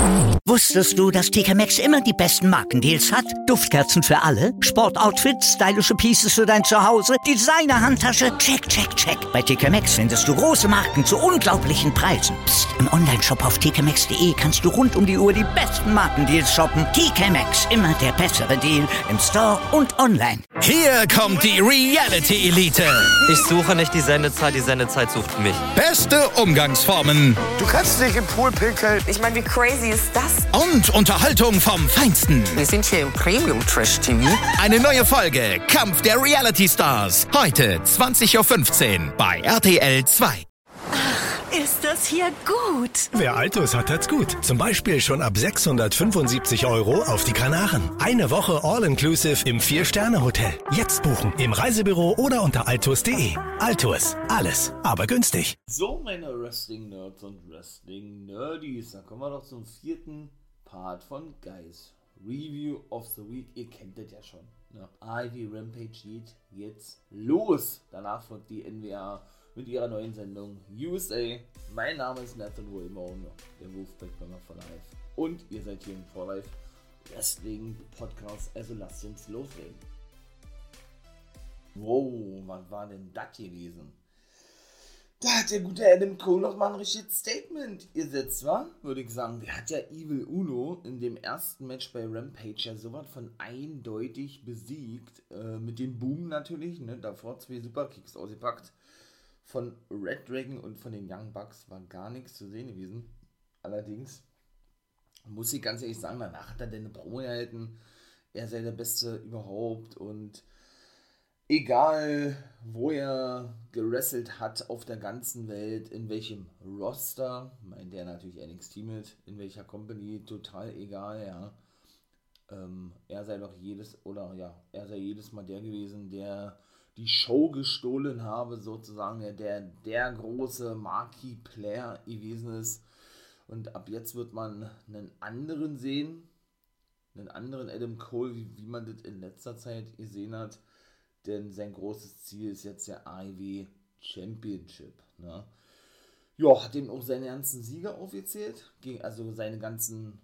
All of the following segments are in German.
Wusstest du, dass TK Maxx immer die besten Markendeals hat? Duftkerzen für alle, Sportoutfits, stylische Pieces für dein Zuhause, Designer-Handtasche, check, check, check. Bei TK Maxx findest du große Marken zu unglaublichen Preisen. Psst. Im Onlineshop auf tkmaxx.de kannst du rund um die Uhr die besten Markendeals shoppen. TK Maxx, immer der bessere Deal im Store und online. Hier kommt die Reality Elite. Ich suche nicht die Sendezeit sucht mich. Beste Umgangsformen. Du kannst nicht im Pool pinkeln. Ich meine, wie crazy ist das? Und Unterhaltung vom Feinsten. Wir sind hier im Premium-Trash-TV. Eine neue Folge Kampf der Reality Stars. Heute 20.15 Uhr bei RTL 2. Ist das hier gut? Wer Altus hat, hat's gut. Zum Beispiel schon ab 675 € auf die Kanaren. Eine Woche All-Inclusive im 4-Sterne-Hotel. Jetzt buchen im Reisebüro oder unter altus.de. Altus, alles, aber günstig. So, meine Wrestling-Nerds und Wrestling-Nerdies, da kommen wir doch zum 4. Part von Guys Review of the Week. Ihr kennt das ja schon. Ne? Ivy Rampage geht jetzt los. Danach folgt die NWA mit ihrer neuen Sendung USA. Mein Name ist Nathan Wilmore, der Wolfpack for Life. Und ihr seid hier im For Life Wrestling Podcast, also lasst uns loslegen. Wow, was war denn das gewesen? Da hat der gute Adam Cole nochmal ein richtiges Statement gesetzt, wa? Würde ich sagen. Der hat ja Evil Uno in dem ersten Match bei Rampage ja sowas von eindeutig besiegt. Mit dem Boom natürlich, ne? Davor 2 Superkicks ausgepackt. Von Red Dragon und von den Young Bucks war gar nichts zu sehen gewesen. Allerdings muss ich ganz ehrlich sagen, danach hat er denn eine Promo gehalten. Er sei der Beste überhaupt und egal, wo er gewrestelt hat auf der ganzen Welt, in welchem Roster, meint er natürlich NXT mit, in welcher Company, total egal, ja. Er sei jedes Mal der gewesen, der die Show gestohlen habe, sozusagen, der große Marquee-Player gewesen ist. Und ab jetzt wird man einen anderen sehen, einen anderen Adam Cole, wie man das in letzter Zeit gesehen hat. Denn sein großes Ziel ist jetzt der AEW Championship. Ne? Ja, hat ihm auch seine ganzen Siege aufgezählt, also seine ganzen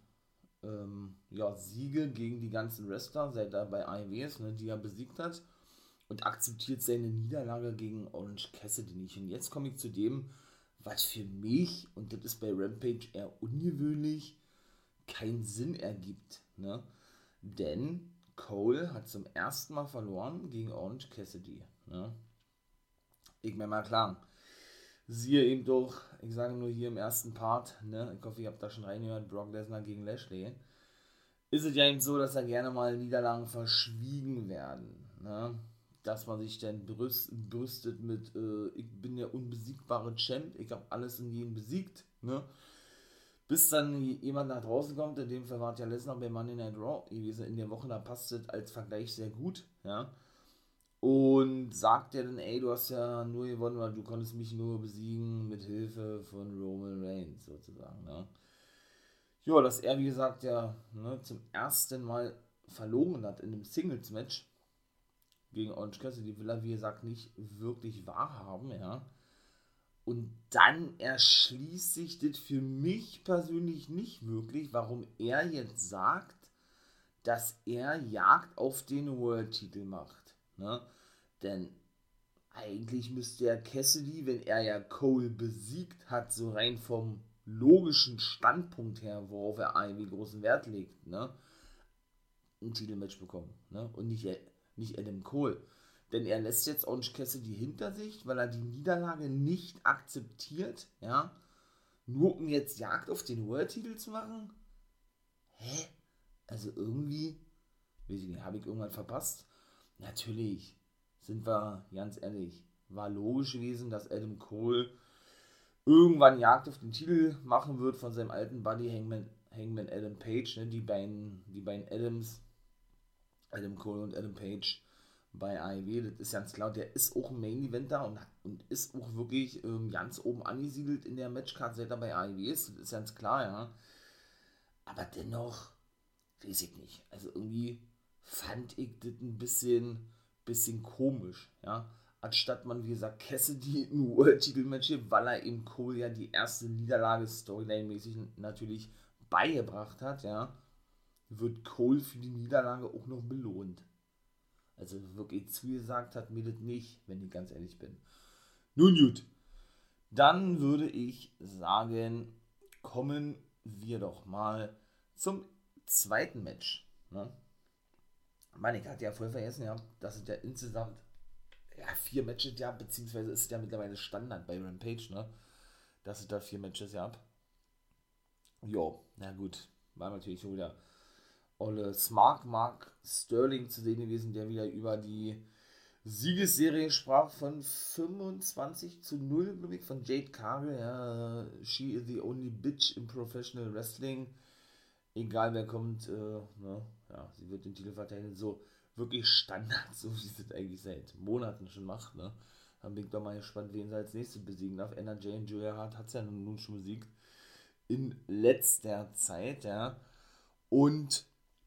Siege gegen die ganzen Wrestler, seit er bei AEW ist, ne, die er besiegt hat. Und akzeptiert seine Niederlage gegen Orange Cassidy nicht. Und jetzt komme ich zu dem, was für mich, und das ist bei Rampage eher ungewöhnlich, keinen Sinn ergibt. Ne? Denn Cole hat zum ersten Mal verloren gegen Orange Cassidy. Ne? Ich mir mal klar. Siehe eben doch, ich sage nur hier im ersten Part, ne? Ich hoffe, ihr habt da schon reingehört, Brock Lesnar gegen Lashley. Ist es ja eben so, dass da gerne mal Niederlagen verschwiegen werden. Ne? Dass man sich dann brüstet mit, ich bin der unbesiegbare Champ, ich habe alles in jeden besiegt, ne? Bis dann jemand nach draußen kommt, in dem Fall war ja Lesnar bei Monday Night Raw gewesen, in der Woche, da passt das als Vergleich sehr gut, ja, und sagt ja dann, ey, du hast ja nur gewonnen, weil du konntest mich nur besiegen mit Hilfe von Roman Reigns, sozusagen, ne? Ja, dass er, wie gesagt, ja, ne, zum ersten Mal verloren hat in einem Singles-Match gegen Orange Cassidy, will er, wie gesagt, nicht wirklich wahrhaben, ja. Und dann erschließt sich das für mich persönlich nicht wirklich, warum er jetzt sagt, dass er Jagd auf den World-Titel macht, ne. Denn eigentlich müsste ja Cassidy, wenn er ja Cole besiegt hat, so rein vom logischen Standpunkt her, worauf er irgendwie großen Wert legt, ne, ein Titelmatch bekommen, ne, und nicht Adam Cole. Denn er lässt jetzt Orange Cassidy hinter sich, weil er die Niederlage nicht akzeptiert, ja, nur um jetzt Jagd auf den World-Titel zu machen? Hä? Also irgendwie, weiß ich nicht, habe ich irgendwann verpasst? Natürlich, sind wir ganz ehrlich, war logisch gewesen, dass Adam Cole irgendwann Jagd auf den Titel machen wird von seinem alten Buddy Hangman Adam Page, ne, die beiden Adams, Adam Cole und Adam Page bei AEW, das ist ganz klar, der ist auch ein Main-Eventer und ist auch wirklich ganz oben angesiedelt in der Matchcard, seit er bei AEW ist, das ist ganz klar, ja. Aber dennoch, weiß ich nicht, also irgendwie fand ich das ein bisschen komisch, ja. Anstatt man, wie gesagt, Cassidy im World-Titel-Match, weil er eben Cole ja die erste Niederlage Storyline-mäßig natürlich beigebracht hat, ja, wird Cole für die Niederlage auch noch belohnt. Also wirklich zugesagt hat mir das nicht, wenn ich ganz ehrlich bin. Nun gut, dann würde ich sagen, kommen wir doch mal zum zweiten Match. Ne? Mann, ich hatte ja voll vergessen, ja, dass es ja insgesamt 4 Matches gab, beziehungsweise ist es ja mittlerweile Standard bei Rampage, ne? Dass es da 4 Matches gab. Jo, na gut, war natürlich schon wieder Olle Mark Sterling zu sehen gewesen, der wieder über die Siegesserie sprach von 25-0 von Jade Cargill. Ja, she is the only bitch in professional wrestling. Egal wer kommt, ne, ja, sie wird den Titel verteidigen. So wirklich Standard, so wie sie es eigentlich seit Monaten schon macht. Ne. Dann bin ich doch mal gespannt, wen sie als nächstes besiegen darf. NRJ und Julia Hart hat es ja nun schon besiegt in letzter Zeit. Ja. Und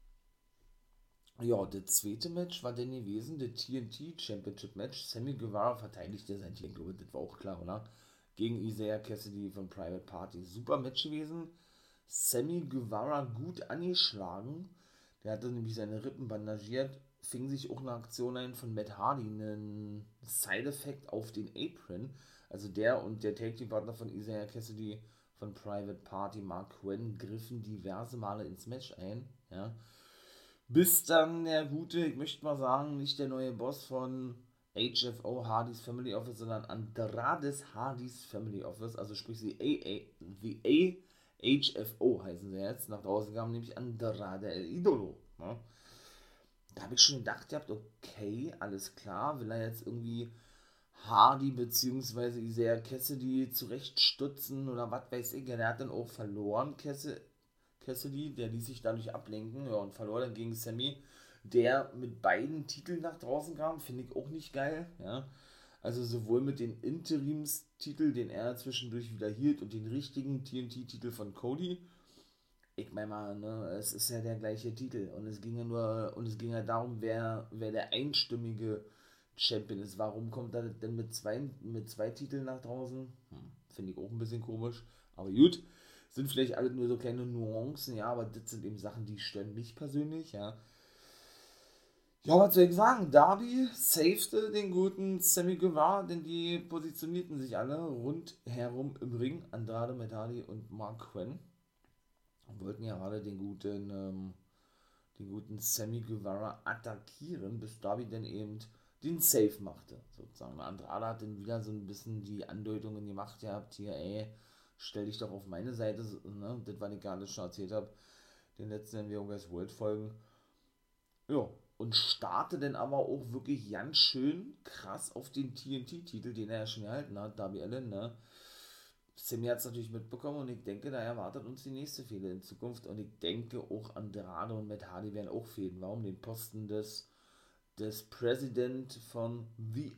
ja, das zweite Match war dann gewesen, das TNT Championship Match. Sammy Guevara verteidigte sein Titel, glaube ich, das war auch klar, oder? Gegen Isaiah Cassidy von Private Party. Super Match gewesen. Sammy Guevara gut angeschlagen. Der hatte nämlich seine Rippen bandagiert. Fing sich auch eine Aktion ein von Matt Hardy, einen Side-Effekt auf den Apron. Also der und der Tag-Team-Partner von Isaiah Cassidy von Private Party, Mark Quinn, griffen diverse Male ins Match ein, ja. Bis dann der gute, ich möchte mal sagen, nicht der neue Boss von HFO, Hardys Family Office, sondern Andrades Hardys Family Office, also sprich die HFO heißen sie jetzt, nach draußen kam nämlich Andrade El Idolo. Ne? Da habe ich schon gedacht, ihr habt, okay, alles klar, will er jetzt irgendwie Hardy bzw. Isaiah Cassidy zurechtstutzen oder was weiß ich, der hat dann auch verloren, Cassidy, der ließ sich dadurch ablenken, ja, und verlor dann gegen Sammy, der mit beiden Titeln nach draußen kam, finde ich auch nicht geil, ja, also sowohl mit dem Interimstitel, den er zwischendurch wieder hielt, und den richtigen TNT-Titel von Cody. Ich meine mal, ne, es ist ja der gleiche Titel und es ging ja darum, wer der einstimmige Champion ist. Warum kommt er denn mit zwei Titeln nach draußen? Finde ich auch ein bisschen komisch, aber gut. Sind vielleicht alle nur so kleine Nuancen, ja, aber das sind eben Sachen, die stören mich persönlich, ja. Ja, was soll ich sagen? Darby safete den guten Sammy Guevara, denn die positionierten sich alle rundherum im Ring, Andrade, Matt Hardy und Mark Quinn, und wollten ja gerade den guten Sammy Guevara attackieren, bis Darby dann eben den Save machte, sozusagen. Andrade hat dann wieder so ein bisschen die Andeutungen gemacht gehabt, hier, ey, stell dich doch auf meine Seite, ne? Das, was ich gerade schon erzählt habe, den letzten NWO Guys World Folgen. Ja, und starte dann aber auch wirklich ganz schön krass auf den TNT-Titel, den er ja schon gehalten hat, Darby Allin, ne? Sammy hat es natürlich mitbekommen und ich denke, da erwartet uns die nächste Fehde in Zukunft und ich denke auch Andrade und Matt Hardy werden auch fehlen. Warum? Den Posten des President von The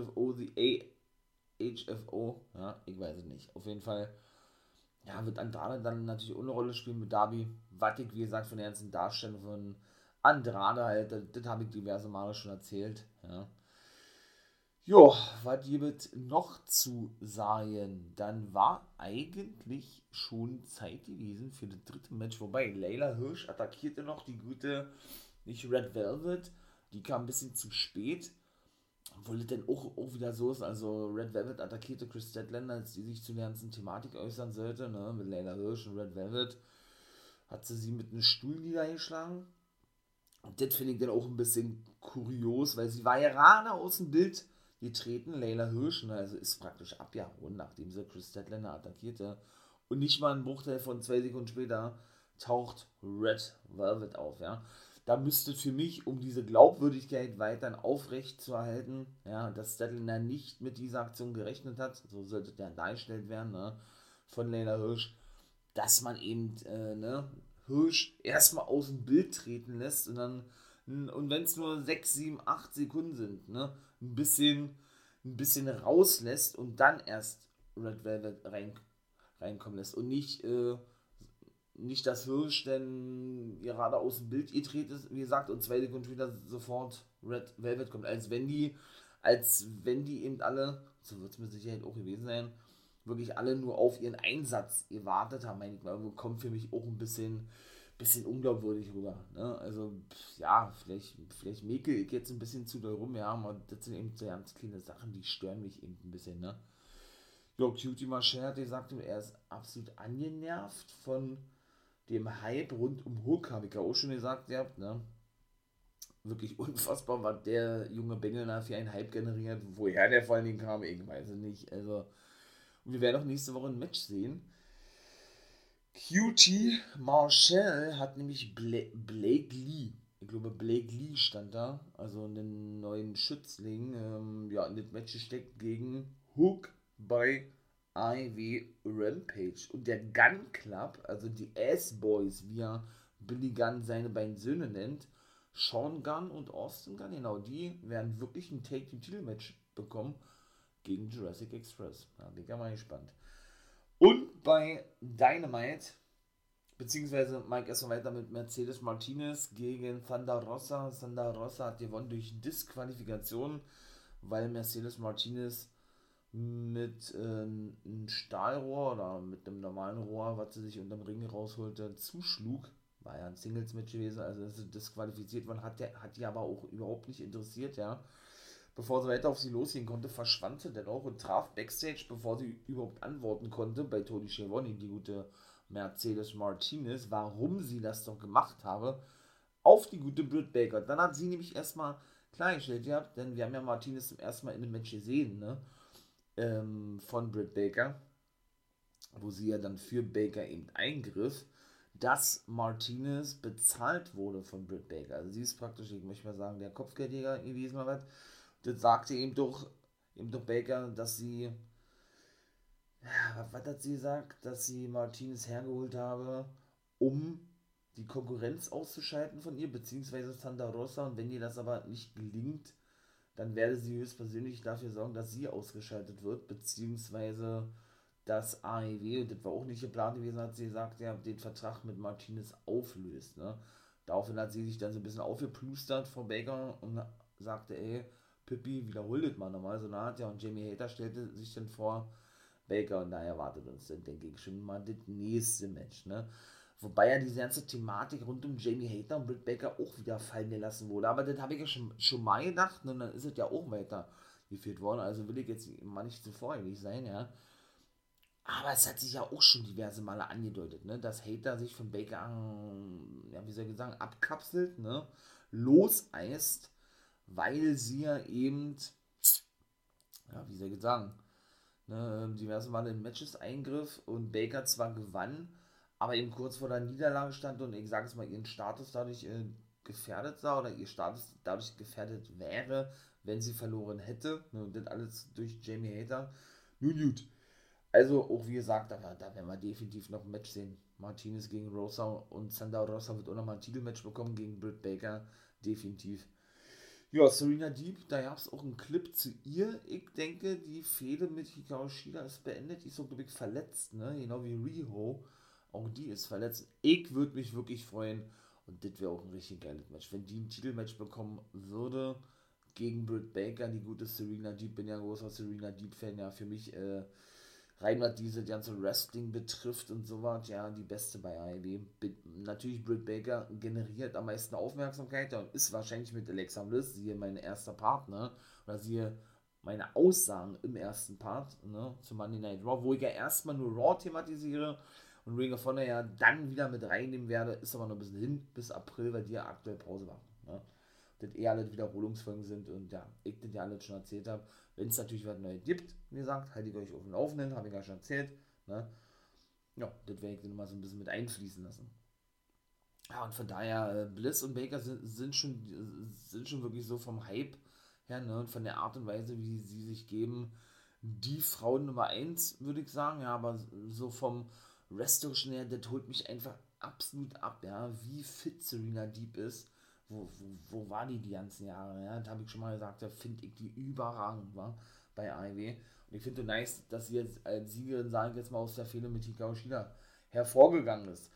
HFO, ja, ich weiß es nicht. Auf jeden Fall, ja, wird Andrade dann natürlich auch eine Rolle spielen mit Darby. Was ich, wie gesagt, von der ganzen Darstellung von Andrade halt, das habe ich diverse Male schon erzählt, ja. Jo, was gibt es noch zu sagen? Dann war eigentlich schon Zeit gewesen für das dritte Match, wobei Layla Hirsch attackierte noch die gute, nicht Red Velvet, die kam ein bisschen zu spät, obwohl das dann auch wieder so ist, also Red Velvet attackierte Chris Statlander, als die sich zu der ganzen Thematik äußern sollte, ne, mit Layla Hirsch und Red Velvet, hat sie mit einem Stuhl niedergeschlagen. Und das finde ich dann auch ein bisschen kurios, weil sie war ja gerade aus dem Bild getreten, Layla Hirsch, ne, also ist praktisch abgehauen, nachdem sie Chris Statlander attackierte. Und nicht mal ein Bruchteil von 2 Sekunden später taucht Red Velvet auf, ja. Da müsste für mich, um diese Glaubwürdigkeit weiterhin aufrecht zu erhalten, ja, dass Statlander nicht mit dieser Aktion gerechnet hat, so sollte der dargestellt werden, ne, von Layla Hirsch, dass man eben, Hirsch erstmal aus dem Bild treten lässt und dann, und wenn es nur 6, 7, 8 Sekunden sind, ne, ein bisschen rauslässt und dann erst Red Velvet reinkommen lässt und nicht dass Hirsch denn gerade aus dem Bild gedreht ist, wie gesagt, und 2 Sekunden später sofort Red Velvet kommt, als wenn die eben alle, so wird es mit Sicherheit auch gewesen sein, wirklich alle nur auf ihren Einsatz gewartet haben, meine ich mal, kommt für mich auch ein bisschen unglaubwürdig rüber. Ne? Also, ja, vielleicht mäkel ich jetzt ein bisschen zu doll rum, ja, aber das sind eben so ganz kleine Sachen, die stören mich eben ein bisschen, ne? Ja, Cutie Marshall hat gesagt, er ist absolut angenervt von dem Hype rund um Hook, habe ich ja auch schon gesagt, ne? Wirklich unfassbar, was der junge Bengel da für einen Hype generiert, woher der vor allen Dingen kam, ich weiß es nicht, also, und wir werden auch nächste Woche ein Match sehen. Cutie Marshall hat nämlich Blake Lee, ich glaube Blake Lee stand da, also einen neuen Schützling, in das Match gesteckt gegen Hook bei IW Rampage. Und der Gun Club, also die Ass-Boys, wie er Billy Gunn seine beiden Söhne nennt, Sean Gunn und Austin Gunn, genau, die werden wirklich ein Take-Two-Title-Match bekommen gegen Jurassic Express. Da bin ich ja mal gespannt. Und bei Dynamite, beziehungsweise Mike erstmal weiter mit Mercedes Martinez gegen Thunder Rosa. Thunder Rosa hat gewonnen durch Disqualifikation, weil Mercedes Martinez mit einem Stahlrohr oder mit einem normalen Rohr, was sie sich unterm Ring rausholte, zuschlug. War ja ein Singles-Match gewesen, also ist sie disqualifiziert worden, hat die aber auch überhaupt nicht interessiert, ja. Bevor sie weiter auf sie losgehen konnte, verschwand sie dann auch und traf Backstage, bevor sie überhaupt antworten konnte, bei Tony Schiavone, die gute Mercedes Martinez, warum sie das doch gemacht habe, auf die gute Britt Baker. Dann hat sie nämlich erstmal klargestellt, ja, denn wir haben ja Martinez zum ersten Mal in einem Match gesehen, ne, von Britt Baker, wo sie ja dann für Baker eben eingriff, dass Martinez bezahlt wurde von Britt Baker. Also sie ist praktisch, ich möchte mal sagen, der Kopfgeldjäger gewesen oder was. Das sagte eben doch Baker, dass sie, ja, was hat sie gesagt, dass sie Martinez hergeholt habe, um die Konkurrenz auszuschalten von ihr, beziehungsweise Thunder Rosa, und wenn ihr das aber nicht gelingt, dann werde sie höchstpersönlich dafür sorgen, dass sie ausgeschaltet wird, beziehungsweise dass AEW, und das war auch nicht geplant gewesen, hat sie gesagt, ja, den Vertrag mit Martinez auflöst, ne. Daraufhin hat sie sich dann so ein bisschen aufgeplustert vor Baker und sagte, ey, Pippi, wiederhol das mal nochmal, so eine Art, ja, und Jamie Hater stellte sich dann vor Baker, und da erwartet uns dann, denke ich, schon mal das nächste Match, ne. Wobei ja diese ganze Thematik rund um Jamie Hater und Britt Baker auch wieder fallen gelassen wurde. Aber das habe ich ja schon mal gedacht, und dann ist es ja auch weiter geführt worden. Also will ich jetzt mal nicht zu voreilig sein, ja. Aber es hat sich ja auch schon diverse Male angedeutet, ne, dass Hater sich von Baker, ja, wie soll ich sagen, abkapselt, ne, loseist, weil sie ja eben, ja, wie soll ich sagen, ne, diverse Male in Matches eingriff und Baker zwar gewann, aber eben kurz vor der Niederlage stand und ich sage es mal, ihren Status dadurch gefährdet sah oder ihr Status dadurch gefährdet wäre, wenn sie verloren hätte. Ne, und das alles durch Jamie Hater. Nun gut. Also auch wie gesagt, da werden wir definitiv noch ein Match sehen. Martinez gegen Rosa, und Thunder Rosa wird auch nochmal ein Titelmatch bekommen gegen Britt Baker. Definitiv. Ja, Serena Deeb, da gab es auch einen Clip zu ihr. Ich denke, die Fehde mit Hikaru Shida ist beendet. Die ist so, glaube ich, verletzt, ne? Genau wie Riho. Auch die ist verletzt. Ich würde mich wirklich freuen, und das wäre auch ein richtig geiles Match, wenn die ein Titelmatch bekommen würde gegen Britt Baker, die gute Serena Deeb. Bin ja ein großer Serena Deeb-Fan, ja, für mich rein was diese ganze Wrestling betrifft und sowas, ja, die beste bei AEW. Natürlich Britt Baker generiert am meisten Aufmerksamkeit, ja, und ist wahrscheinlich mit Alexa Bliss, siehe mein erster Part, ne, oder siehe meine Aussagen im ersten Part, ne, zu Monday Night Raw, wo ich ja erstmal nur Raw thematisiere und Ring of Honor ja dann wieder mit reinnehmen werde, ist aber noch ein bisschen hin, bis April, weil die ja aktuell Pause machen, ne. Das alle Wiederholungsfolgen sind und ja, ich das ja alles schon erzählt habe. Wenn es natürlich was Neues gibt, wie gesagt, halte ich euch auf dem Laufenden, habe ich ja schon erzählt, ne. Ja, das werde ich dann mal so ein bisschen mit einfließen lassen. Ja, und von daher, Bliss und Baker sind schon wirklich so vom Hype her, ne, und von der Art und Weise, wie sie sich geben, die Frauen Nummer 1, würde ich sagen, ja, aber so vom Wrestlerischen her, das holt mich einfach absolut ab, ja, wie fit Serena Deeb ist. Wo war die ganzen Jahre, ja, da habe ich schon mal gesagt, da finde ich die überragend, war bei AEW, und ich finde es nice, dass sie jetzt als Siegerin, sage ich jetzt mal, aus der Fehde mit Hikaru Shida hervorgegangen ist.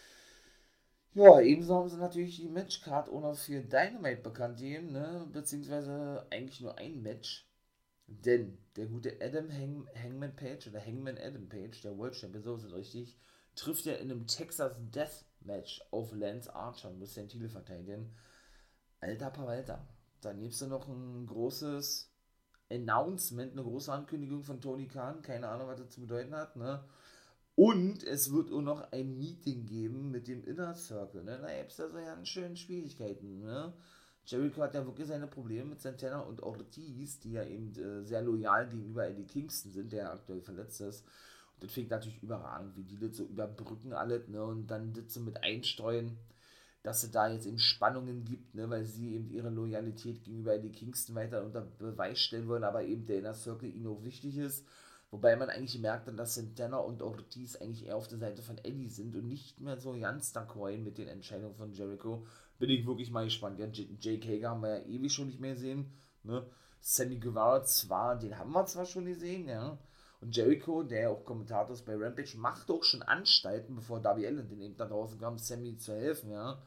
Ja, ebenso haben sie natürlich die Matchcard auch noch für Dynamite bekannt gegeben, ne, beziehungsweise eigentlich nur ein Match, Denn der gute Hangman Page oder Hangman Adam Page, der World Champion, so ist es richtig, trifft ja in einem Texas Death Match auf Lance Archer und muss den Titel verteidigen. Alter Verwalter. Dann gibt es noch ein großes Announcement, eine große Ankündigung von Tony Khan, keine Ahnung, was das zu bedeuten hat, ne? Und es wird auch noch ein Meeting geben mit dem Inner Circle, ne? Da gibt es also ganz schön Schwierigkeiten, ne? Jericho hat ja wirklich seine Probleme mit Santana und Ortiz, die ja eben sehr loyal gegenüber Eddie Kingston sind, der aktuell verletzt ist. Und das fängt natürlich überragend, wie die das so überbrücken alles, ne? Und dann das so mit einstreuen, dass es da jetzt eben Spannungen gibt, ne, weil sie eben ihre Loyalität gegenüber Eddie Kingston weiter unter Beweis stellen wollen, aber eben der Inner Circle ihnen auch wichtig ist. Wobei man eigentlich merkt, dass Santana und Ortiz eigentlich eher auf der Seite von Eddie sind und nicht mehr so ganz d'accord mit den Entscheidungen von Jericho. Bin ich wirklich mal gespannt. Ja, Jake Hager haben wir ja ewig schon nicht mehr gesehen. Ne? Sammy Guevara den haben wir zwar schon gesehen, ja. Und Jericho, der ja auch Kommentator ist bei Rampage, macht auch schon Anstalten, bevor Darby Allin den eben da draußen kam, Sammy zu helfen, ja.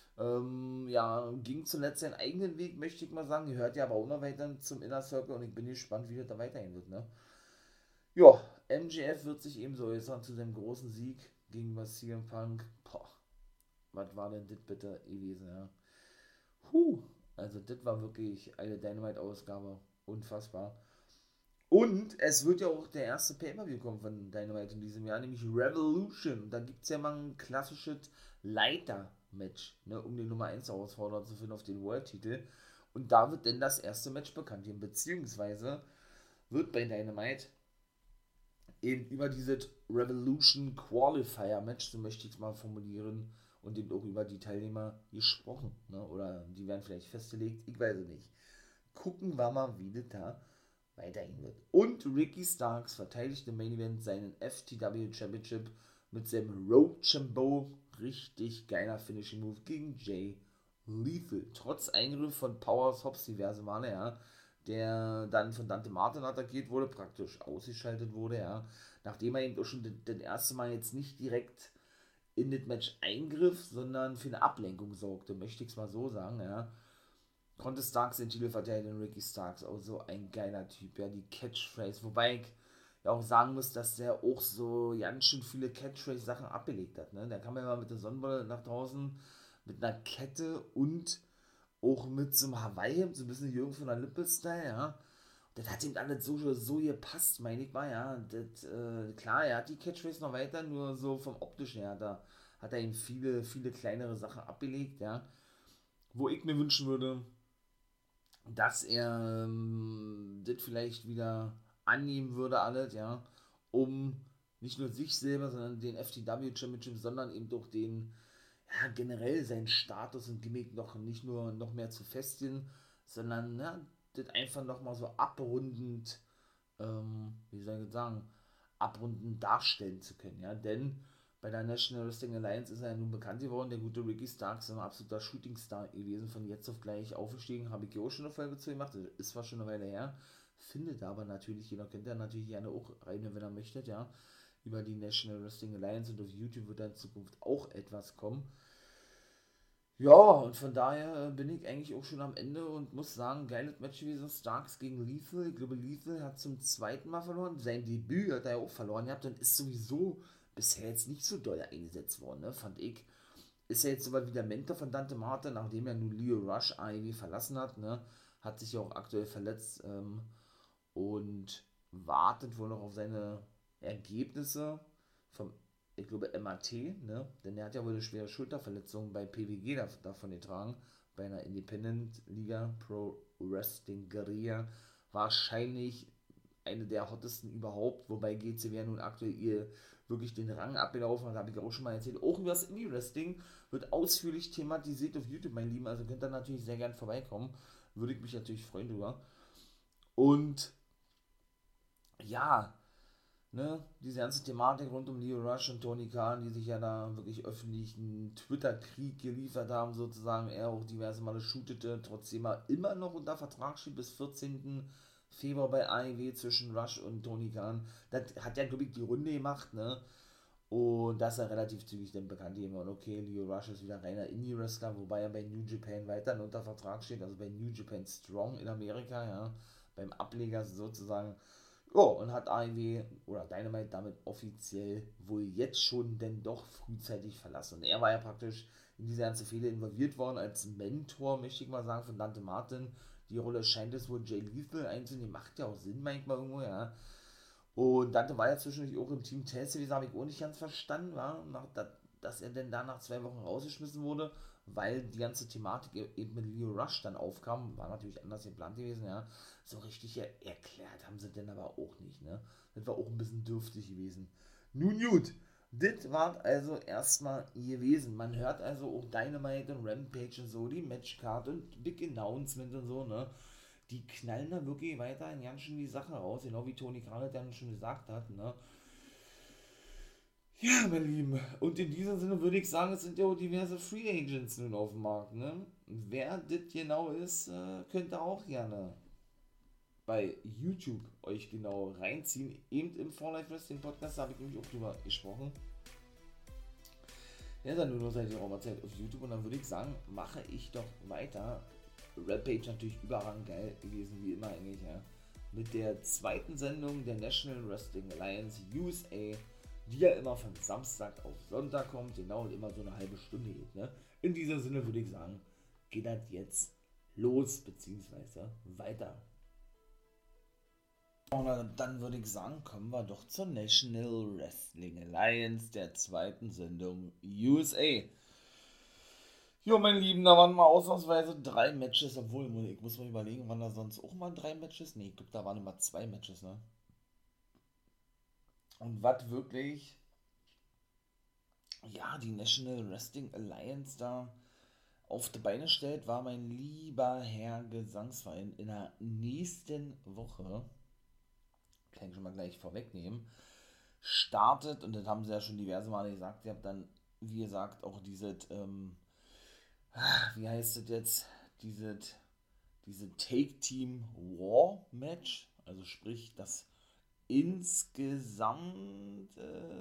Ging zuletzt seinen eigenen Weg, möchte ich mal sagen. Gehört ja aber auch noch weiter zum Inner Circle und ich bin gespannt, wie das da weitergehen wird, ne. Ja, MJF wird sich ebenso äußern zu seinem großen Sieg gegen CM Punk. Boah, was war denn das bitte gewesen, ja. Also das war wirklich eine Dynamite-Ausgabe. Unfassbar. Und es wird ja auch der erste Pay-Per-View kommen von Dynamite in diesem Jahr, nämlich Revolution. Da gibt es ja mal ein klassisches Leiter-Match, ne, um den Nummer 1 Herausforderer zu finden auf den World-Titel. Und da wird denn das erste Match bekannt geben, beziehungsweise wird bei Dynamite eben über dieses Revolution Qualifier Match, so möchte ich es mal formulieren, und eben auch über die Teilnehmer gesprochen, ne? Oder die werden vielleicht festgelegt, ich weiß es nicht. Gucken wir mal, wie das da weitergehen wird. Und Ricky Starks verteidigt im Main Event seinen FTW Championship mit seinem Rochambeau, richtig geiler Finishing Move gegen Jay Lethal. Trotz Eingriff von Powers Hobbs diverse Male, ja, der dann von Dante Martin attackiert wurde, praktisch ausgeschaltet wurde, ja, nachdem er eben auch schon das erste Mal jetzt nicht direkt in das Match eingriff, sondern für eine Ablenkung sorgte, möchte ich es mal so sagen, ja, konnte Starks den Titel verteidigen, Ricky Starks, auch so ein geiler Typ, ja, die Catchphrase, wobei ich ja auch sagen muss, dass der auch so ganz schön viele Catchphrase-Sachen abgelegt hat, ne, der kam ja mal mit der Sonnenbrille nach draußen, mit einer Kette und auch mit so einem Hawaii-Hemd, so ein bisschen Jürgen von der Lippe-Style, ja. Das hat ihm alles so gepasst, meine ich mal, ja. Klar, er hat die Catchphrase noch weiter, nur so vom Optischen her, da hat er ihm viele, viele kleinere Sachen abgelegt, ja. Wo ich mir wünschen würde, dass er das vielleicht wieder annehmen würde, alles, ja, um nicht nur sich selber, sondern den FTW Championship, sondern eben doch den, ja, generell seinen Status und Gimmick noch mehr zu festigen, sondern, ja, das einfach nochmal so abrundend, abrundend darstellen zu können, ja, denn bei der National Wrestling Alliance ist er ja nun bekannt geworden, der gute Ricky Starks ist ein absoluter Shootingstar gewesen, von jetzt auf gleich aufgestiegen, habe ich ja auch schon eine Folge zu gemacht, das ist zwar schon eine Weile her, findet aber natürlich, jeder kennt ja natürlich gerne auch rein, wenn er möchte, ja, über die National Wrestling Alliance, und auf YouTube wird da in Zukunft auch etwas kommen. Ja, und von daher bin ich eigentlich auch schon am Ende und muss sagen, geiles Match gewesen, Starks gegen Lethal. Ich glaube, Lethal hat zum zweiten Mal verloren, sein Debüt hat er ja auch verloren gehabt und ist sowieso bisher jetzt nicht so doll eingesetzt worden, ne, fand ich. Ist ja jetzt sogar wieder Mentor von Dante Martin, nachdem er nun Leo Rush AEW verlassen hat, ne, hat sich ja auch aktuell verletzt und wartet wohl noch auf seine Ergebnisse vom, ich glaube, MAT, ne? Denn er hat ja wohl eine schwere Schulterverletzung bei PWG davon getragen, bei einer Independent-Liga, Pro Wrestling Guerilla, wahrscheinlich eine der hottesten überhaupt, wobei GCW ja nun aktuell ihr wirklich den Rang abgelaufen hat, habe ich auch schon mal erzählt. Auch über das Indie-Wrestling wird ausführlich thematisiert auf YouTube, mein Lieben, also könnt ihr natürlich sehr gern vorbeikommen, würde ich mich natürlich freuen drüber. Und ja, ne, diese ganze Thematik rund um Leo Rush und Tony Khan, die sich ja da wirklich öffentlichen Twitter-Krieg geliefert haben, sozusagen, er auch diverse Male shootete, trotzdem er immer noch unter Vertrag steht bis 14. Februar bei AEW zwischen Rush und Tony Khan. Das hat ja, glaube ich, die Runde gemacht, ne, und das ist ja relativ zügig dann bekannt gegeben, und okay, Leo Rush ist wieder reiner Indie-Wrestler, wobei er bei New Japan weiterhin unter Vertrag steht, also bei New Japan Strong in Amerika, ja, beim Ableger sozusagen. Ja, und hat AEW oder Dynamite damit offiziell wohl jetzt schon denn doch frühzeitig verlassen. Und er war ja praktisch in diese ganze Fehde involviert worden als Mentor, möchte ich mal sagen, von Dante Martin. Die Rolle scheint es wohl Jay Lethal einzunehmen, macht ja auch Sinn manchmal irgendwo, ja. Und Dante war ja zwischendurch auch im Team Test gewesen, habe ich auch nicht ganz verstanden, dass er denn da nach 2 Wochen rausgeschmissen wurde, weil die ganze Thematik eben mit Leo Rush dann aufkam, war natürlich anders geplant gewesen, ja. So richtig erklärt haben sie denn aber auch nicht, ne. Das war auch ein bisschen dürftig gewesen. Nun gut, das war also erstmal gewesen. Man hört also auch Dynamite und Rampage und so, die Matchcard und Big Announcement und so, ne. Die knallen da wirklich weiter ganz schön die Sache raus, genau wie Tony Khan dann schon gesagt hat, ne. Ja, meine Lieben, und in diesem Sinne würde ich sagen, es sind ja auch diverse Free Agents nun auf dem Markt, ne? Wer das genau ist, könnt ihr auch gerne bei YouTube euch genau reinziehen. Eben im For Life Wrestling Podcast habe ich nämlich auch drüber gesprochen. Ja, dann nur seit der Zeit auf YouTube und dann würde ich sagen, mache ich doch weiter. Rampage natürlich überragend geil gewesen, wie immer eigentlich, ja. Mit der zweiten Sendung der National Wrestling Alliance USA, die ja immer von Samstag auf Sonntag kommt, genau, und immer so eine halbe Stunde geht, ne? In diesem Sinne würde ich sagen, geht das jetzt los, beziehungsweise weiter. Und dann würde ich sagen, kommen wir doch zur National Wrestling Alliance, der zweiten Sendung USA. Jo, meine Lieben, da waren mal ausnahmsweise 3 Matches, obwohl, ich muss mal überlegen, waren da sonst auch mal 3 Matches? Ne, ich glaube, da waren immer 2 Matches, ne? Und was wirklich, ja, die National Wrestling Alliance da auf die Beine stellt, war mein lieber Herr Gesangsverein in der nächsten Woche, kann ich schon mal gleich vorwegnehmen, startet, und das haben sie ja schon diverse Male gesagt, ihr habt dann, wie gesagt, auch dieses, wie heißt das jetzt, diese Take-Team-War-Match, also sprich, das insgesamt,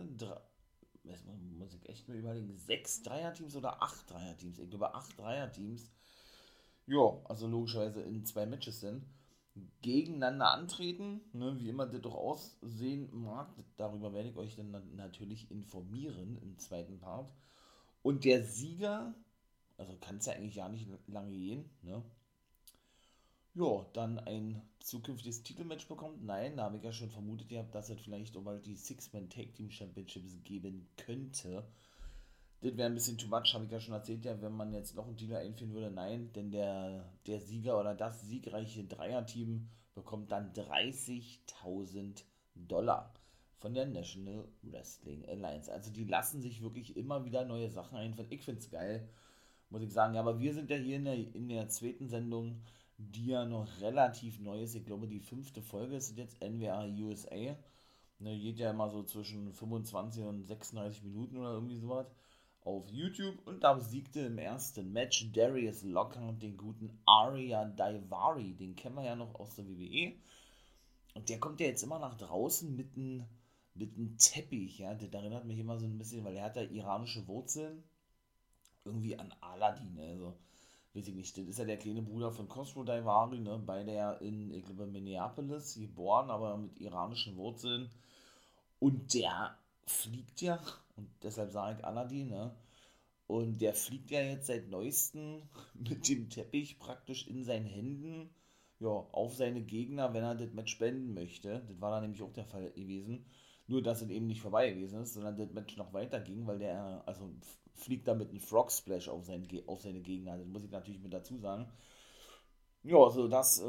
muss ich echt mal überlegen, 6 Dreierteams oder 8 Dreierteams, ich glaube 8 Dreierteams, ja, also logischerweise in 2 Matches sind, gegeneinander antreten, ne, wie immer das doch aussehen mag, darüber werde ich euch dann natürlich informieren im zweiten Part. Und der Sieger, also kann es ja eigentlich ja nicht lange gehen, ne? Ja, dann ein zukünftiges Titelmatch bekommt. Nein, da habe ich ja schon vermutet, dass es vielleicht auch mal die Six-Man Tag Team Championships geben könnte. Das wäre ein bisschen too much, habe ich ja schon erzählt, ja, wenn man jetzt noch einen Titel einführen würde. Nein, denn der Sieger oder das siegreiche Dreierteam bekommt dann $30.000 von der National Wrestling Alliance. Also die lassen sich wirklich immer wieder neue Sachen einfallen. Ich finde es geil, muss ich sagen. Ja, aber wir sind ja hier in der zweiten Sendung, die ja noch relativ neu ist. Ich glaube, die 5. Folge ist jetzt NWA USA. Ne, geht ja immer so zwischen 25 und 36 Minuten oder irgendwie sowas auf YouTube. Und da siegte im ersten Match Darius Lockhart den guten Arya Daivari. Den kennen wir ja noch aus der WWE. Und der kommt ja jetzt immer nach draußen mit einem Teppich. Ja? Das erinnert mich immer so ein bisschen, weil er hat ja iranische Wurzeln. Irgendwie an Aladdin, also weiß ich nicht, das ist ja der kleine Bruder von Khosrow Daivari, ne, beide ja in, ich glaube, Minneapolis geboren, aber mit iranischen Wurzeln, und der fliegt ja, und deshalb sage ich Aladdin, ne, und der fliegt ja jetzt seit neuestem mit dem Teppich praktisch in seinen Händen, ja, auf seine Gegner, wenn er das Match beenden möchte. Das war da nämlich auch der Fall gewesen, nur dass es eben nicht vorbei gewesen ist, sondern das Match noch weiter ging, weil der, also fliegt da mit einem Frog Splash auf seine Gegner. Das muss ich natürlich mit dazu sagen. Ja, sodass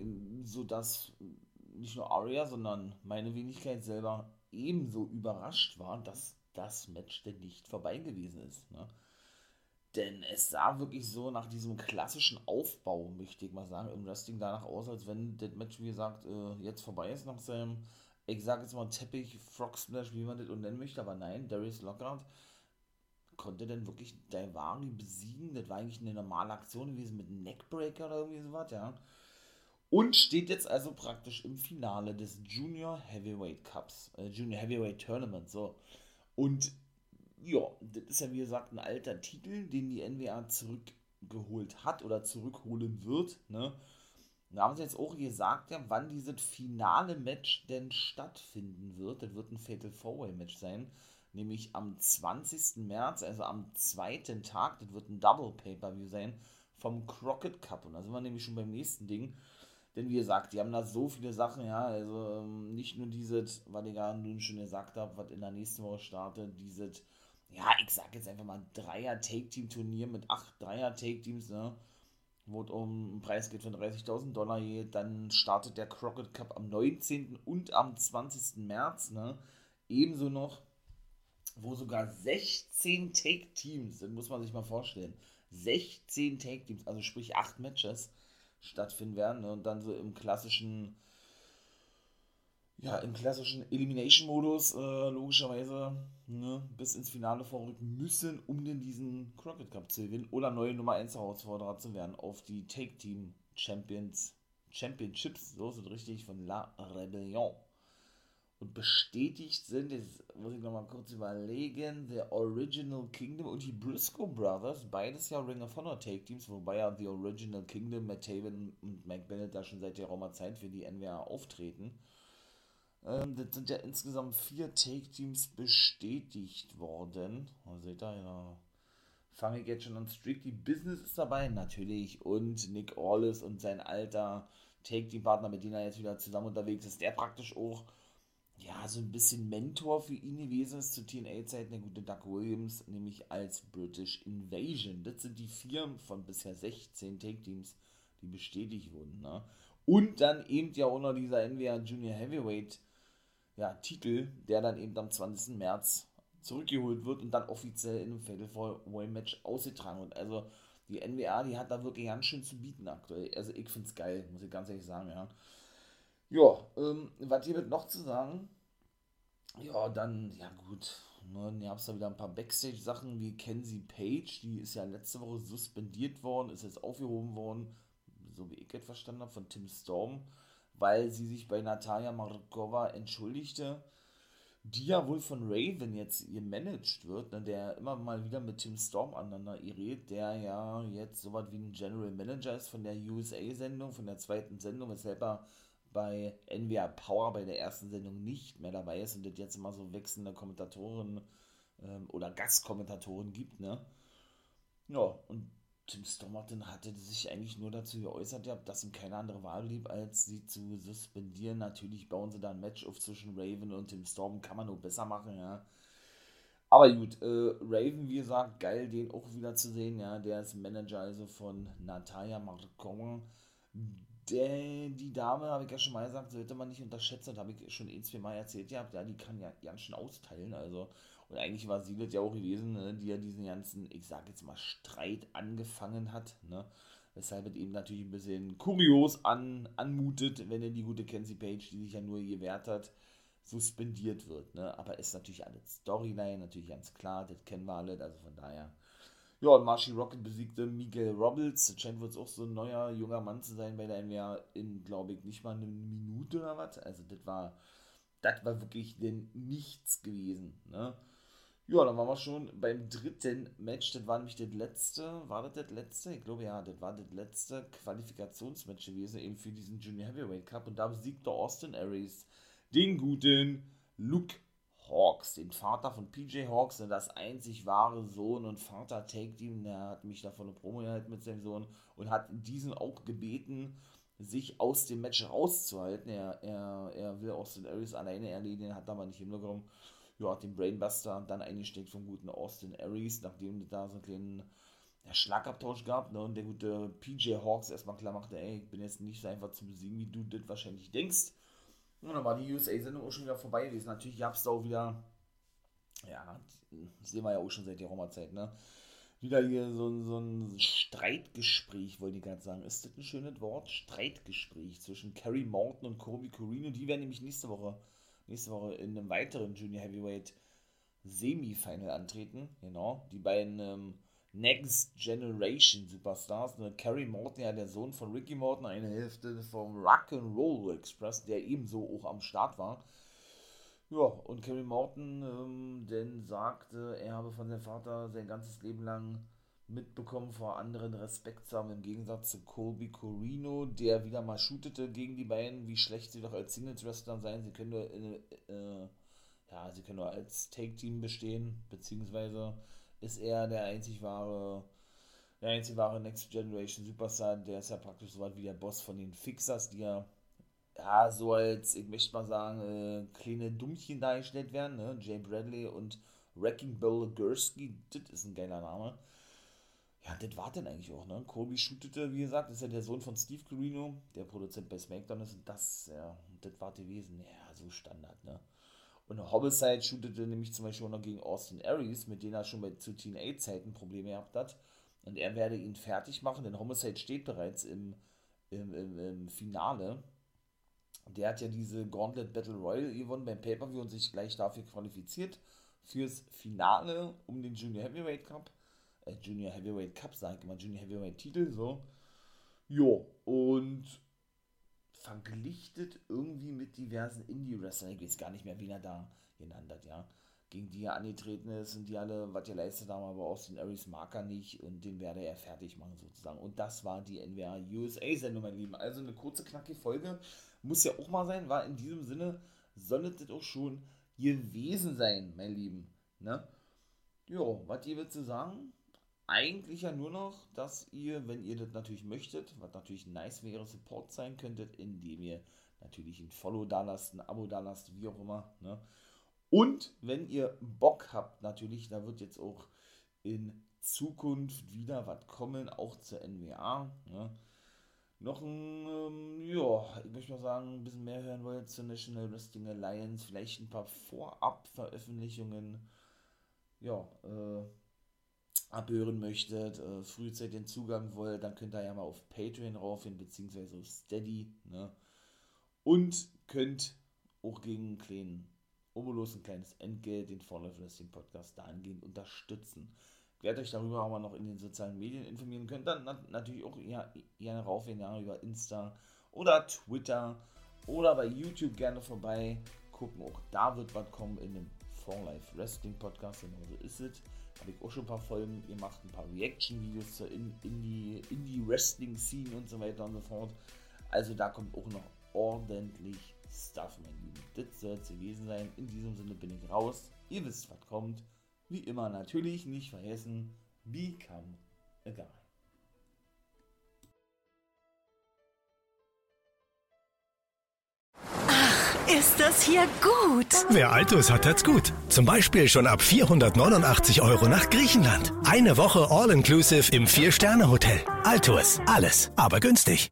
nicht nur Arya, sondern meine Wenigkeit selber ebenso überrascht war, dass das Match denn nicht vorbei gewesen ist. Ne? Denn es sah wirklich so nach diesem klassischen Aufbau, möchte ich mal sagen, im Wrestling danach aus, als wenn das Match, wie gesagt, jetzt vorbei ist nach seinem, ich sage jetzt mal Teppich, Frog Splash, wie man das nennen möchte, aber nein, Darius Lockhart konnte denn wirklich Daivari besiegen. Das war eigentlich eine normale Aktion gewesen mit einem Neckbreaker oder irgendwie sowas, ja. Und steht jetzt also praktisch im Finale des Junior Heavyweight Cups, Junior Heavyweight Tournament, so. Und ja, das ist ja wie gesagt ein alter Titel, den die NWA zurückgeholt hat oder zurückholen wird, ne. Da haben sie jetzt auch gesagt, ja, wann dieses finale Match denn stattfinden wird. Das wird ein Fatal 4-Way-Match sein, nämlich am 20. März, also am zweiten Tag. Das wird ein Double Pay-Per-View sein vom Crockett Cup. Und da sind wir nämlich schon beim nächsten Ding. Denn wie gesagt, die haben da so viele Sachen, ja, also nicht nur dieses, was ich gerade nun schon gesagt habe, was in der nächsten Woche startet, dieses, ja, ich sag jetzt einfach mal Dreier-Take-Team-Turnier mit 8 Dreier-Take-Teams, ne, wo es um einen Preis geht von $30.000 geht. Dann startet der Crockett Cup am 19. und am 20. März, ne, ebenso noch, wo sogar 16 Take-Teams, das muss man sich mal vorstellen, 16 Take-Teams, also sprich 8 Matches, stattfinden werden, ne? Und dann so im klassischen Elimination-Modus logischerweise, ne, bis ins Finale vorrücken müssen, um denn diesen Crockett Cup zu gewinnen oder neue Nummer 1 Herausforderer zu werden auf die Take-Team Championships, so ist es richtig, von La Rebellion. Und bestätigt sind, jetzt muss ich nochmal kurz überlegen, The Original Kingdom und die Briscoe Brothers, beides ja Ring of Honor Take-Teams, wobei ja The Original Kingdom, Matt Taven und Mike Bennett da schon seit geraumer Zeit für die NWA auftreten. Das sind ja insgesamt 4 Take-Teams bestätigt worden. Seht ihr, ja. Fange ich jetzt schon an. Strictly Business ist dabei, natürlich. Und Nick Aldis und sein alter Take-Team-Partner, mit dem er jetzt wieder zusammen unterwegs ist, der praktisch auch ja, so ein bisschen Mentor für ihn gewesen ist zu TNA-Zeiten, der gute Doug Williams, nämlich als British Invasion. Das sind die 4 von bisher 16 Take-Teams, die bestätigt wurden. Ne? Und dann eben ja auch noch dieser NWA Junior Heavyweight Titel, der dann eben am 20. März zurückgeholt wird und dann offiziell in einem Fatal 4-Way-Match ausgetragen wird. Also die NWA, die hat da wirklich ganz schön zu bieten aktuell. Also ich find's geil, muss ich ganz ehrlich sagen, ja. Ja, was hier wird noch zu sagen? Ja, dann, ja gut, ne, ihr habt da wieder ein paar Backstage-Sachen wie Kenzie Page, die ist ja letzte Woche suspendiert worden, ist jetzt aufgehoben worden, so wie ich es verstanden habe, von Tim Storm, weil sie sich bei Natalia Markova entschuldigte, die ja wohl von Raven jetzt gemanagt wird, ne, der immer mal wieder mit Tim Storm aneinander gerät, der ja jetzt sowas wie ein General Manager ist von der USA-Sendung, von der zweiten Sendung, weshalb er bei NWA Power bei der ersten Sendung nicht mehr dabei ist und das jetzt immer so wechselnde Kommentatoren oder Gastkommentatoren gibt, ne? Ja, und Tim Storm hatte sich eigentlich nur dazu geäußert, dass ihm keine andere Wahl blieb, als sie zu suspendieren. Natürlich bauen sie da ein Match auf zwischen Raven und Tim Storm, kann man nur besser machen, ja. Aber gut, Raven, wie gesagt, geil, den auch wieder zu sehen, ja, der ist Manager also von Natalia Markova. Die Dame, habe ich ja schon mal gesagt, sollte man nicht unterschätzen, das habe ich schon 1-2 Mal erzählt, ja, die kann ja ganz schön austeilen, also, und eigentlich war sie das ja auch gewesen, ne, die ja diesen ganzen, ich sag jetzt mal, Streit angefangen hat, ne, weshalb es eben natürlich ein bisschen kurios anmutet, wenn denn die gute Kenzie Page, die sich ja nur gewehrt hat, suspendiert wird, ne, aber ist natürlich alles Storyline, natürlich ganz klar, das kennen wir alle, also von daher. Ja, und Marshy Rockett besiegte Miguel Robles. Das scheint wohl auch so ein neuer, junger Mann zu sein, weil der NWA in, glaube ich, nicht mal eine Minute oder was. Also das war wirklich denn nichts gewesen, ne? Ja, dann waren wir schon beim dritten Match. Das war nämlich das letzte. War das letzte? Ich glaube, ja, das war das letzte Qualifikationsmatch gewesen, eben für diesen Junior Heavyweight Cup. Und da besiegte Austin Aries den guten Luke Hawx, den Vater von PJ Hawx, das einzig wahre Sohn und Vater Take-Team, der hat mich davon eine Promo gehalten mit seinem Sohn und hat diesen auch gebeten, sich aus dem Match rauszuhalten. Er will Austin Aries alleine erledigen, hat aber nicht hinbekommen. Ja, hat den Brainbuster dann eingesteckt vom guten Austin Aries, nachdem da so einen kleinen Schlagabtausch gab, ne, und der gute PJ Hawx erstmal klar machte, ey, ich bin jetzt nicht so einfach zu besiegen, wie du das wahrscheinlich denkst. Und dann war die USA-Sendung auch schon wieder vorbei gewesen. Natürlich gab es da auch wieder, ja, das sehen wir ja auch schon seit der Roma-Zeit, ne? Wieder hier so ein Streitgespräch, wollte ich gerade sagen. Ist das ein schönes Wort? Streitgespräch zwischen Kerry Morton und Colby Corino. Die werden nämlich nächste Woche in einem weiteren Junior Heavyweight Semifinal antreten. Genau, die beiden Next Generation Superstars. Ne? Kerry Morton, ja, der Sohn von Ricky Morton, eine Hälfte vom Rock'n'Roll Express, der ebenso auch am Start war. Ja, und Kerry Morton denn sagte, er habe von seinem Vater sein ganzes Leben lang mitbekommen, vor anderen Respekt zu haben, im Gegensatz zu Colby Corino, der wieder mal shootete gegen die beiden, wie schlecht sie doch als Singles-Wrestler sein. Sie können nur als Take-Team bestehen, beziehungsweise ist er der einzig wahre Next Generation Superstar. Der ist ja praktisch so weit wie der Boss von den Fixers, die ja so als, ich möchte mal sagen, kleine Dummchen dargestellt werden, ne? Jay Bradley und Wrecking Bill Gursky, das ist ein geiler Name. Ja, das war denn eigentlich auch, ne? Colby shootete, wie gesagt, ist ja der Sohn von Steve Corino, der Produzent bei SmackDown ist, und das war gewesen, ja, so Standard, ne? Und Homicide shootete nämlich zum Beispiel auch noch gegen Austin Aries, mit dem er schon zu TNA-Zeiten Probleme gehabt hat, und er werde ihn fertig machen, denn Homicide steht bereits im Finale. Der hat ja diese Gauntlet Battle Royale gewonnen beim Pay-Per-View und sich gleich dafür qualifiziert fürs Finale um den Junior Heavyweight Cup, sag ich mal, Junior Heavyweight Titel, so. Jo, und verglichtet irgendwie mit diversen Indie-Wrestlern, ich weiß gar nicht mehr, wen er da genannt hat, ja, gegen die er angetreten ist und die alle, was geleistet haben, aber Austin Aries mag er nicht und den werde er fertig machen sozusagen. Und das war die NWA USA-Sendung, mein Lieben. Also eine kurze, knackige Folge, muss ja auch mal sein, war in diesem Sinne, soll das auch schon gewesen sein, mein Lieben, ne? Jo, was ihr willst du sagen? Eigentlich ja nur noch, dass ihr, wenn ihr das natürlich möchtet, was natürlich nice wäre, Support sein könntet, indem ihr natürlich ein Follow da lasst, ein Abo da lasst, wie auch immer, ne? Und wenn ihr Bock habt, natürlich, da wird jetzt auch in Zukunft wieder was kommen, auch zur NWA, ne? Noch ein, ich möchte mal sagen, ein bisschen mehr hören wollt zur National Wrestling Alliance, vielleicht ein paar Vorab-Veröffentlichungen, abhören möchtet, frühzeitig den Zugang wollt, dann könnt ihr ja mal auf Patreon raufgehen, beziehungsweise auf Steady, ne? Und könnt auch gegen einen kleinen Obolus, ein kleines Entgelt, den For Life Wrestling Podcast dahingehend unterstützen. Ich werde euch darüber aber noch in den sozialen Medien informieren, könnt dann natürlich auch gerne raufgehen, ja, über Insta oder Twitter oder bei YouTube gerne vorbei gucken, auch da wird was kommen in dem For Life Wrestling Podcast, genau so ist es. Habe ich auch schon ein paar Folgen gemacht, ein paar Reaction-Videos zur Indie-Wrestling-Scene und so weiter und so fort. Also da kommt auch noch ordentlich Stuff, mein Lieben. Das soll es gewesen sein. In diesem Sinne bin ich raus. Ihr wisst, was kommt. Wie immer natürlich nicht vergessen, become a guy. Ist das hier gut? Wer Altus hat, hat's gut. Zum Beispiel schon ab 489 € nach Griechenland. Eine Woche All-Inclusive im 4-Sterne-Hotel. Altus, alles, aber günstig.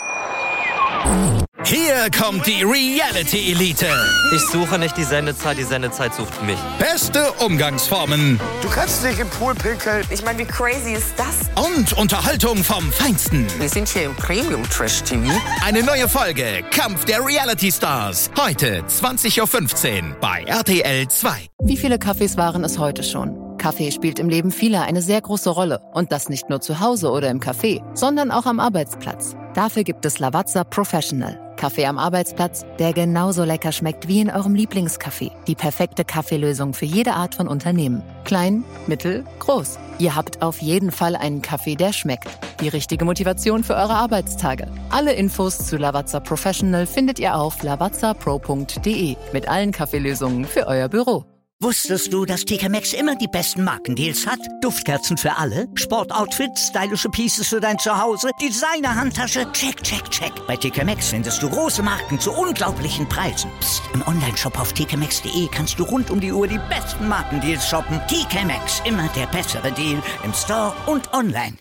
Hier kommt die Reality Elite. Ich suche nicht die Sendezeit sucht mich. Beste Umgangsformen Du kannst dich im Pool pinkeln. Ich meine, wie crazy ist das? und Unterhaltung vom Feinsten. Wir sind hier im Premium Trash TV. Eine neue Folge Kampf der Reality Stars. Heute 20:15 Uhr bei RTL 2. Wie viele Kaffees waren es heute schon? Kaffee spielt im Leben vieler eine sehr große Rolle. Und das nicht nur zu Hause oder im Café, sondern auch am Arbeitsplatz. Dafür gibt es Lavazza Professional. Kaffee am Arbeitsplatz, der genauso lecker schmeckt wie in eurem Lieblingscafé. Die perfekte Kaffeelösung für jede Art von Unternehmen. Klein, mittel, groß. Ihr habt auf jeden Fall einen Kaffee, der schmeckt. Die richtige Motivation für eure Arbeitstage. Alle Infos zu Lavazza Professional findet ihr auf lavazzapro.de mit allen Kaffeelösungen für euer Büro. Wusstest du, dass TK Maxx immer die besten Markendeals hat? Duftkerzen für alle, Sportoutfits, stylische Pieces für dein Zuhause, Designer-Handtasche, check, check, check. Bei TK Maxx findest du große Marken zu unglaublichen Preisen. Psst. Im Onlineshop auf tkmaxx.de kannst du rund um die Uhr die besten Markendeals shoppen. TK Maxx, immer der bessere Deal im Store und online.